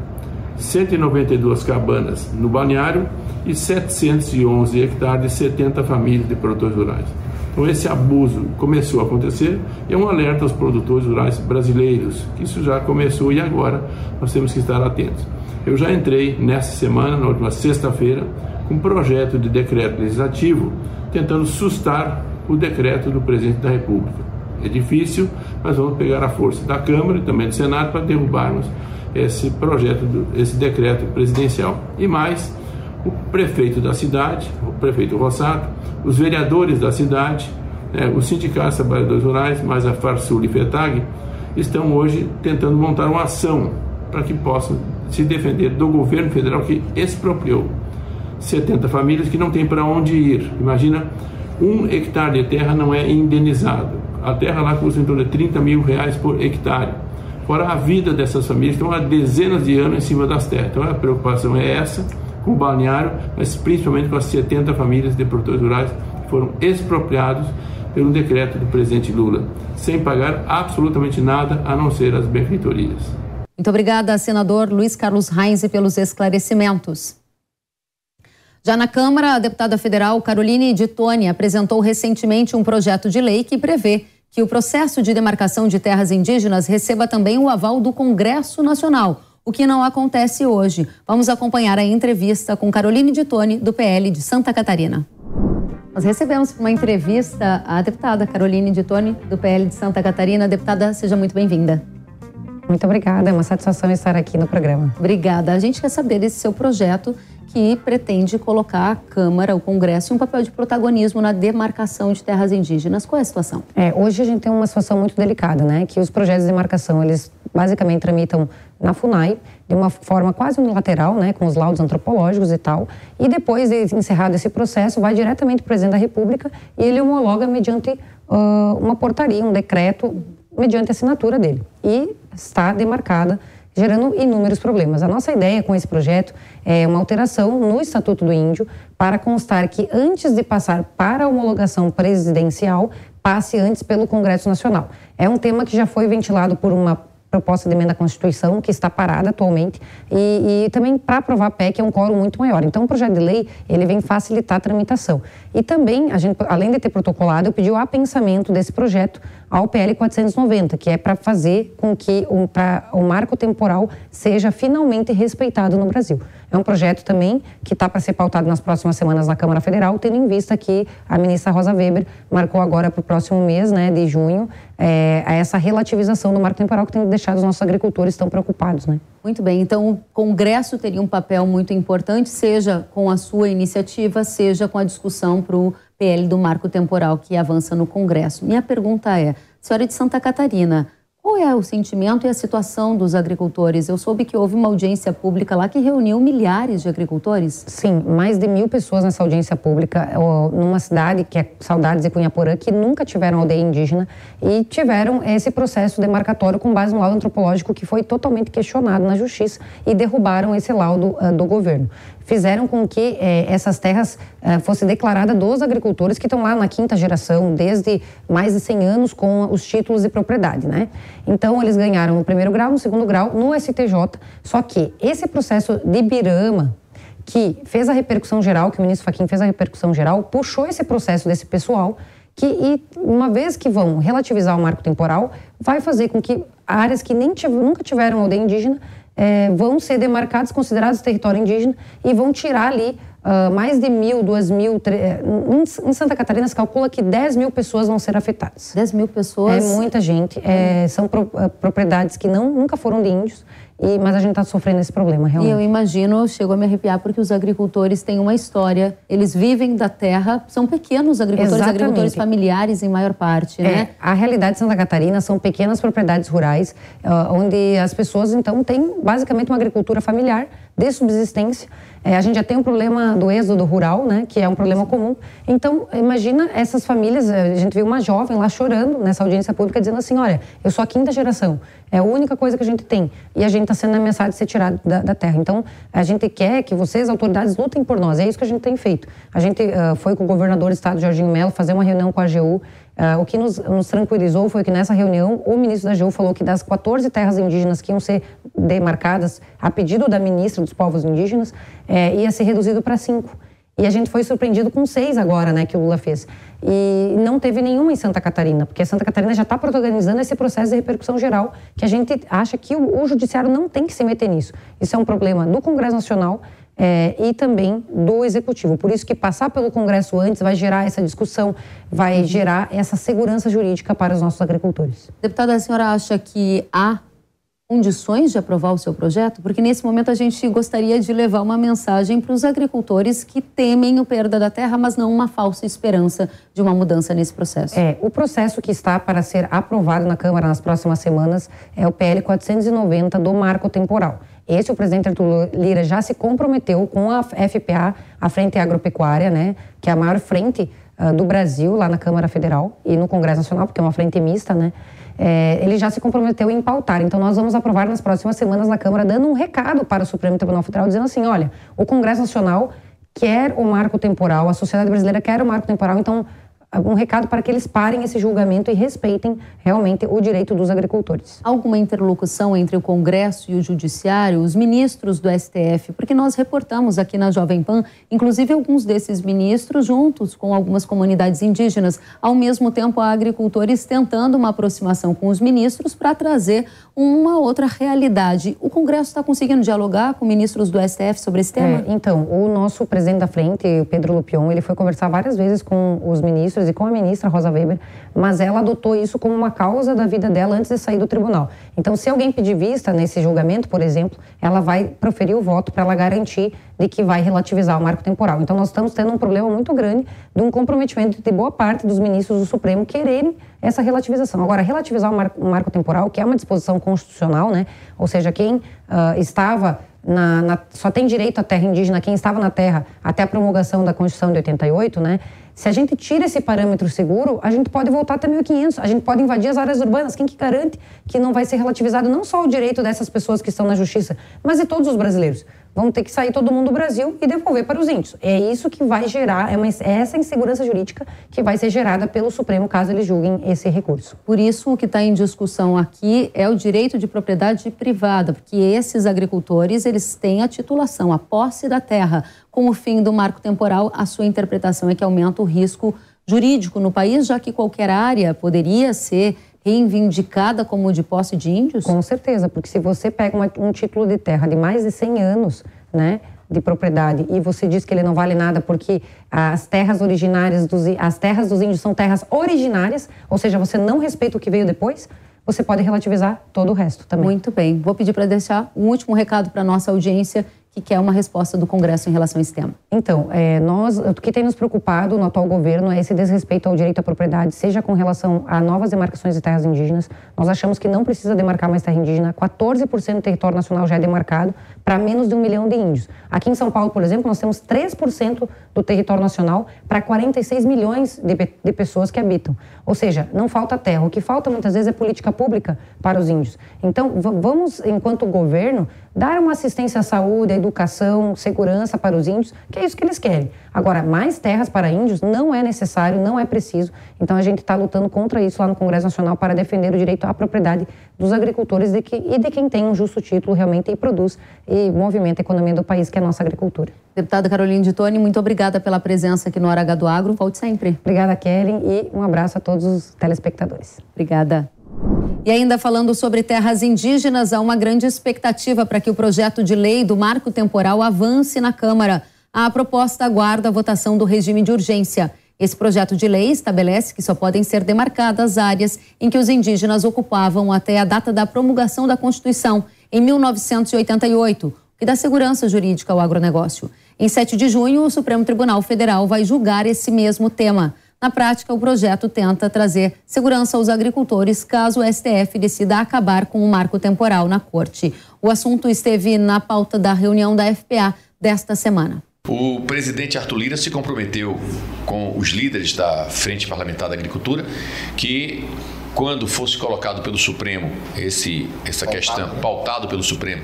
192 cabanas no balneário e 711 hectares de 70 famílias de produtores rurais. Então esse abuso começou a acontecer e é um alerta aos produtores rurais brasileiros, que isso já começou e agora nós temos que estar atentos. Eu já entrei nessa semana, na última sexta-feira, com um projeto de decreto legislativo tentando sustar o decreto do presidente da República. É difícil, mas vamos pegar a força da Câmara e também do Senado para derrubarmos esse projeto, esse decreto presidencial. E mais, o prefeito da cidade, o prefeito Rossato, os vereadores da cidade, os sindicatos trabalhadores rurais, mais a Farsul e FETAG, estão hoje tentando montar uma ação para que possam se defender do governo federal que expropriou 70 famílias que não tem para onde ir. Imagina, 1 hectare de terra não é indenizado. A terra lá custa em torno de R$30 mil por hectare. Fora a vida dessas famílias, estão há dezenas de anos em cima das terras. Então a preocupação é essa, com o balneário, mas principalmente com as 70 famílias de produtores rurais que foram expropriados pelo decreto do presidente Lula, sem pagar absolutamente nada a não ser as benfeitorias. Muito obrigada, senador Luiz Carlos Reins, pelos esclarecimentos. Já na Câmara, a deputada federal Caroline de Tônia apresentou recentemente um projeto de lei que prevê que o processo de demarcação de terras indígenas receba também o aval do Congresso Nacional. o que não acontece hoje. Vamos acompanhar a entrevista com Caroline de Toni, do PL de Santa Catarina. Nós recebemos uma entrevista a deputada Caroline de Toni, do PL de Santa Catarina. Deputada, seja muito bem-vinda. Muito obrigada, é uma satisfação estar aqui no programa. Obrigada. A gente quer saber desse seu projeto que pretende colocar a Câmara, o Congresso, em um papel de protagonismo na demarcação de terras indígenas. Qual é a situação? Hoje a gente tem uma situação muito delicada, né? Que os projetos de demarcação, eles basicamente tramitam na FUNAI, de uma forma quase unilateral, né? Com os laudos antropológicos e tal. E depois de encerrado esse processo, vai diretamente para o presidente da República e ele homologa mediante uma portaria, um decreto, mediante a assinatura dele. E está demarcada, gerando inúmeros problemas. A nossa ideia com esse projeto é uma alteração no Estatuto do Índio para constar que antes de passar para a homologação presidencial, passe antes pelo Congresso Nacional. É um tema que já foi ventilado por uma proposta de emenda à Constituição, que está parada atualmente, e também para aprovar a PEC é um quórum muito maior. Então, o projeto de lei, ele vem facilitar a tramitação. E também, a gente, além de ter protocolado, eu pedi o apensamento desse projeto ao PL 490, que é para fazer com que o marco temporal seja finalmente respeitado no Brasil. É um projeto também que está para ser pautado nas próximas semanas na Câmara Federal, tendo em vista que a ministra Rosa Weber marcou agora para o próximo mês, né, de junho, essa relativização do marco temporal que tem deixado os nossos agricultores tão preocupados, né? Muito bem, então o Congresso teria um papel muito importante, seja com a sua iniciativa, seja com a discussão para o PL do marco temporal que avança no Congresso. Minha pergunta é, senhora de Santa Catarina, qual é o sentimento e a situação dos agricultores? Eu soube que houve uma audiência pública lá que reuniu milhares de agricultores. Sim, mais de 1.000 pessoas nessa audiência pública, numa cidade que é Saudades e Cunhaporã, que nunca tiveram aldeia indígena e tiveram esse processo demarcatório com base no laudo antropológico que foi totalmente questionado na Justiça e derrubaram esse laudo do governo. Fizeram com que essas terras fossem declaradas dos agricultores que estão lá na quinta geração, desde mais de 100 anos, com os títulos de propriedade, né? Então, eles ganharam no primeiro grau, no segundo grau, no STJ, só que esse processo de Birama, que fez a repercussão geral, que o ministro Fachin fez a repercussão geral, puxou esse processo desse pessoal, e uma vez que vão relativizar o marco temporal, vai fazer com que áreas que nunca tiveram aldeia indígena vão ser demarcados, considerados território indígena e vão tirar ali mais de 1.000, 2.000... Em Santa Catarina se calcula que 10.000 pessoas vão ser afetadas. 10.000 pessoas? É muita gente. São propriedades que nunca foram de índios, mas a gente está sofrendo esse problema, realmente. E eu imagino, chego a me arrepiar, porque os agricultores têm uma história, eles vivem da terra, são pequenos agricultores, exatamente, agricultores familiares em maior parte, né? A realidade de Santa Catarina são pequenas propriedades rurais, onde as pessoas, então, têm basicamente uma agricultura familiar de subsistência. A gente já tem um problema do êxodo rural, né, que é um problema comum. Então, imagina essas famílias, a gente viu uma jovem lá chorando nessa audiência pública, dizendo assim, olha, eu sou a quinta geração, é a única coisa que a gente tem, e a gente está sendo ameaçado de ser tirado da terra. Então, a gente quer que vocês, autoridades, lutem por nós, é isso que a gente tem feito. A gente foi com o governador do estado, Jorginho Melo, fazer uma reunião com a AGU. O que nos tranquilizou foi que nessa reunião o ministro da AGU falou que das 14 terras indígenas que iam ser demarcadas a pedido da ministra dos povos indígenas, ia ser reduzido para 5. E a gente foi surpreendido com 6 agora, né, que o Lula fez. E não teve nenhuma em Santa Catarina, porque Santa Catarina já está protagonizando esse processo de repercussão geral, que a gente acha que o judiciário não tem que se meter nisso. Isso é um problema do Congresso Nacional, e também do Executivo. Por isso que passar pelo Congresso antes vai gerar essa discussão, vai gerar essa segurança jurídica para os nossos agricultores. Deputada, a senhora acha que há condições de aprovar o seu projeto? Porque nesse momento a gente gostaria de levar uma mensagem para os agricultores que temem a perda da terra, mas não uma falsa esperança de uma mudança nesse processo. O processo que está para ser aprovado na Câmara nas próximas semanas é o PL 490 do marco temporal. O presidente Arthur Lira já se comprometeu com a FPA, a Frente Agropecuária, né, que é a maior frente do Brasil lá na Câmara Federal e no Congresso Nacional, porque é uma frente mista, né? Ele já se comprometeu em pautar. Então, nós vamos aprovar nas próximas semanas na Câmara, dando um recado para o Supremo Tribunal Federal, dizendo assim, olha, o Congresso Nacional quer o marco temporal, a sociedade brasileira quer o marco temporal, então um recado para que eles parem esse julgamento e respeitem realmente o direito dos agricultores. Alguma interlocução entre o Congresso e o Judiciário, os ministros do STF? Porque nós reportamos aqui na Jovem Pan, inclusive alguns desses ministros juntos com algumas comunidades indígenas. Ao mesmo tempo, há agricultores tentando uma aproximação com os ministros para trazer uma outra realidade. O Congresso está conseguindo dialogar com ministros do STF sobre esse tema? Então, o nosso presidente da frente, o Pedro Lupion, ele foi conversar várias vezes com os ministros e com a ministra Rosa Weber, mas ela adotou isso como uma causa da vida dela antes de sair do tribunal. Então, se alguém pedir vista nesse julgamento, por exemplo, ela vai proferir o voto para ela garantir de que vai relativizar o marco temporal. Então, nós estamos tendo um problema muito grande de um comprometimento de boa parte dos ministros do Supremo quererem essa relativização. Agora, relativizar o marco temporal, que é uma disposição constitucional, né? Ou seja, quem estava só tem direito à terra indígena quem estava na terra até a promulgação da Constituição de 88, né? Se a gente tira esse parâmetro seguro, a gente pode voltar até 1500, a gente pode invadir as áreas urbanas. Quem que garante que não vai ser relativizado não só o direito dessas pessoas que estão na justiça, mas de todos os brasileiros? Vão ter que sair todo mundo do Brasil e devolver para os índios. É isso que vai gerar, é essa insegurança jurídica que vai ser gerada pelo Supremo caso eles julguem esse recurso. Por isso, o que está em discussão aqui é o direito de propriedade privada, porque esses agricultores, eles têm a titulação, a posse da terra. Com o fim do marco temporal, a sua interpretação é que aumenta o risco jurídico no país, já que qualquer área poderia ser reivindicada como de posse de índios? Com certeza, porque se você pega um título de terra de mais de 100 anos, né, de propriedade, e você diz que ele não vale nada porque as terras originárias, as terras dos índios são terras originárias, ou seja, você não respeita o que veio depois, você pode relativizar todo o resto também. Muito bem. Vou pedir para deixar um último recado para a nossa audiência, que quer uma resposta do Congresso em relação a esse tema. Então, o que tem nos preocupado no atual governo é esse desrespeito ao direito à propriedade, seja com relação a novas demarcações de terras indígenas. Nós achamos que não precisa demarcar mais terra indígena. 14% do território nacional já é demarcado para menos de 1 milhão de índios. Aqui em São Paulo, por exemplo, nós temos 3% do território nacional para 46 milhões de pessoas que habitam. Ou seja, não falta terra. O que falta muitas vezes é política pública para os índios. Então, vamos, enquanto governo, dar uma assistência à saúde, à educação, segurança para os índios, que é isso que eles querem. Agora, mais terras para índios não é necessário, não é preciso. Então, a gente está lutando contra isso lá no Congresso Nacional para defender o direito à propriedade dos agricultores e de quem tem um justo título realmente e produz e movimenta a economia do país, que é a nossa agricultura. Deputada Caroline de Toni, muito obrigada pela presença aqui no Hora H do Agro. Volte sempre. Obrigada, Kelly, e um abraço a todos os telespectadores. Obrigada. E ainda falando sobre terras indígenas, há uma grande expectativa para que o projeto de lei do marco temporal avance na Câmara. A proposta aguarda a votação do regime de urgência. Esse projeto de lei estabelece que só podem ser demarcadas áreas em que os indígenas ocupavam até a data da promulgação da Constituição, em 1988, que dá segurança jurídica ao agronegócio. Em 7 de junho, o Supremo Tribunal Federal vai julgar esse mesmo tema. Na prática, o projeto tenta trazer segurança aos agricultores caso o STF decida acabar com o marco temporal na Corte. O assunto esteve na pauta da reunião da FPA desta semana. O presidente Arthur Lira se comprometeu com os líderes da Frente Parlamentar da Agricultura que, quando fosse colocado pelo Supremo essa questão, pautado pelo Supremo,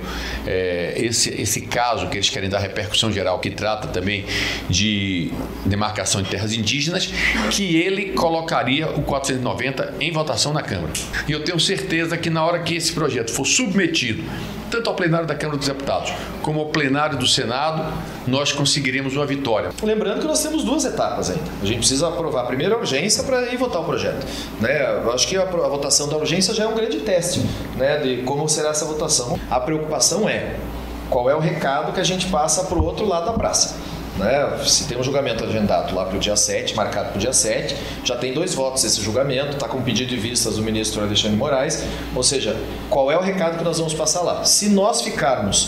esse caso que eles querem dar repercussão geral, que trata também de demarcação de terras indígenas, que ele colocaria o 490 em votação na Câmara. E eu tenho certeza que na hora que esse projeto for submetido tanto ao plenário da Câmara dos Deputados como ao plenário do Senado, nós conseguiremos uma vitória. Lembrando que nós temos 2 etapas ainda. A gente precisa aprovar primeiro a urgência para ir votar o projeto. Eu acho que a votação da urgência já é um grande teste, né, de como será essa votação. A preocupação é qual é o recado que a gente passa para o outro lado da praça. Se tem um julgamento agendado lá para o dia 7, marcado para o dia 7, já tem 2 votos esse julgamento, está com pedido de vistas do ministro Alexandre de Moraes, ou seja, qual é o recado que nós vamos passar lá? Se nós ficarmos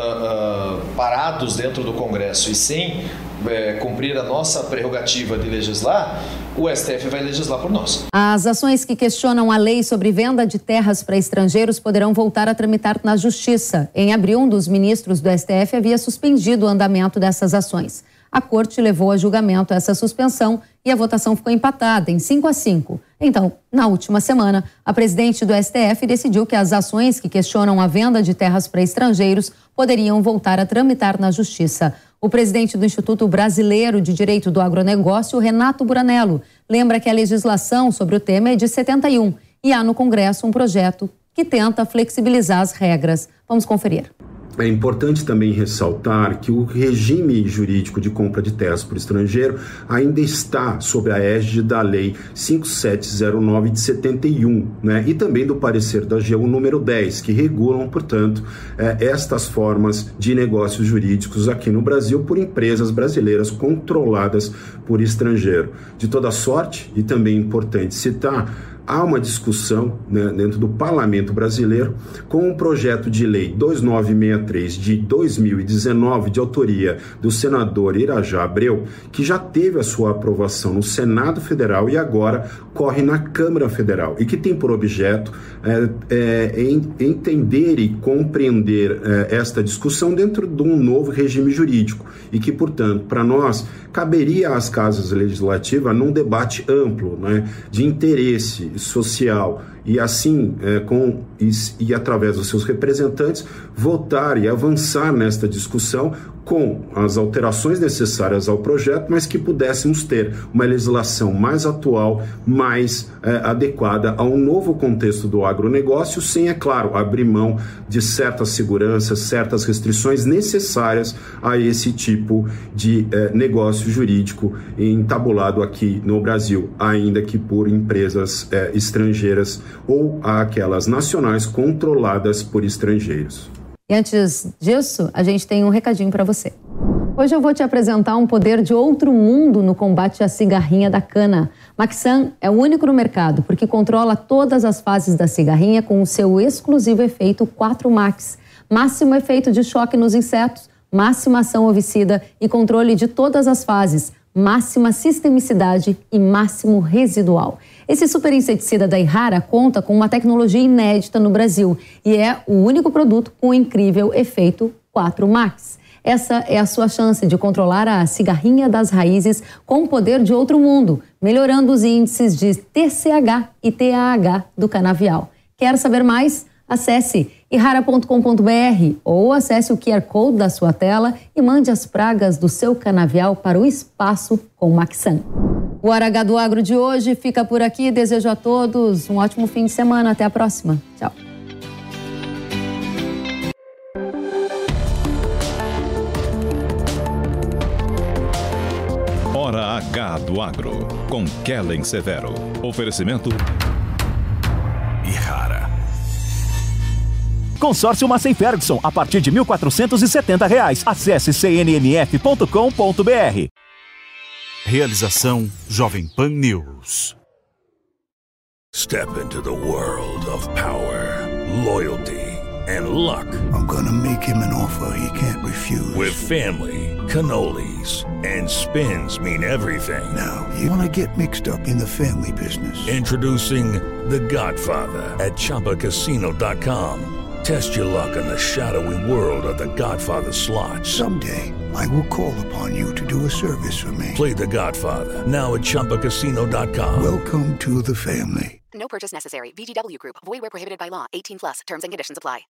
parados dentro do Congresso e sem cumprir a nossa prerrogativa de legislar, o STF vai legislar por nós. As ações que questionam a lei sobre venda de terras para estrangeiros poderão voltar a tramitar na Justiça. Em abril, um dos ministros do STF havia suspendido o andamento dessas ações. A Corte levou a julgamento essa suspensão e a votação ficou empatada em 5-5. Então, na última semana, a presidente do STF decidiu que as ações que questionam a venda de terras para estrangeiros poderiam voltar a tramitar na Justiça. O presidente do Instituto Brasileiro de Direito do Agronegócio, Renato Buranello, lembra que a legislação sobre o tema é de 71 e há no Congresso um projeto que tenta flexibilizar as regras. Vamos conferir. É importante também ressaltar que o regime jurídico de compra de terras por estrangeiro ainda está sob a égide da Lei 5709 de 71, né? E também do parecer da AGU número 10, que regulam, portanto, estas formas de negócios jurídicos aqui no Brasil por empresas brasileiras controladas por estrangeiro. De toda sorte, e também é importante citar, há uma discussão, né, dentro do Parlamento brasileiro com um projeto de lei 2963 de 2019, de autoria do senador Irajá Abreu, que já teve a sua aprovação no Senado Federal e agora corre na Câmara Federal, e que tem por objeto entender e compreender esta discussão dentro de um novo regime jurídico, e que, portanto, para nós, caberia às casas legislativas num debate amplo, né, de interesse social, e assim, e através dos seus representantes, votar e avançar nesta discussão com as alterações necessárias ao projeto, mas que pudéssemos ter uma legislação mais atual, mais adequada ao novo contexto do agronegócio, sem, é claro, abrir mão de certas seguranças, certas restrições necessárias a esse tipo de negócio jurídico entabulado aqui no Brasil, ainda que por empresas estrangeiras ou aquelas nacionais controladas por estrangeiros. E antes disso, a gente tem um recadinho para você. Hoje eu vou te apresentar um poder de outro mundo no combate à cigarrinha da cana. Maxan é o único no mercado porque controla todas as fases da cigarrinha com o seu exclusivo efeito 4-Max. Máximo efeito de choque nos insetos, máxima ação ovicida e controle de todas as fases, máxima sistemicidade e máximo residual. Esse super inseticida da Ihara conta com uma tecnologia inédita no Brasil e é o único produto com o incrível efeito 4-Max. Essa é a sua chance de controlar a cigarrinha das raízes com o poder de outro mundo, melhorando os índices de TCH e TAH do canavial. Quer saber mais? Acesse ihara.com.br ou acesse o QR Code da sua tela e mande as pragas do seu canavial para o espaço com Maxan. O Hora H do Agro de hoje fica por aqui. Desejo a todos um ótimo fim de semana. Até a próxima. Tchau. Hora H do Agro, com Kellen Severo. Oferecimento Ihara. Consórcio Massey Ferguson, a partir de R$ 1.470. Acesse cnmf.com.br. Realização Jovem Pan News. Step into the world of power, loyalty, and luck. I'm gonna make him an offer he can't refuse. With family, cannolis, and spins mean everything. Now, you wanna get mixed up in the family business. Introducing The Godfather at ChumbaCasino.com. Test your luck in the shadowy world of The Godfather slot. Someday, I will call upon you to do a service for me. Play The Godfather, now at ChumbaCasino.com. Welcome to the family. No purchase necessary. VGW Group. Void where prohibited by law. 18+. Terms and conditions apply.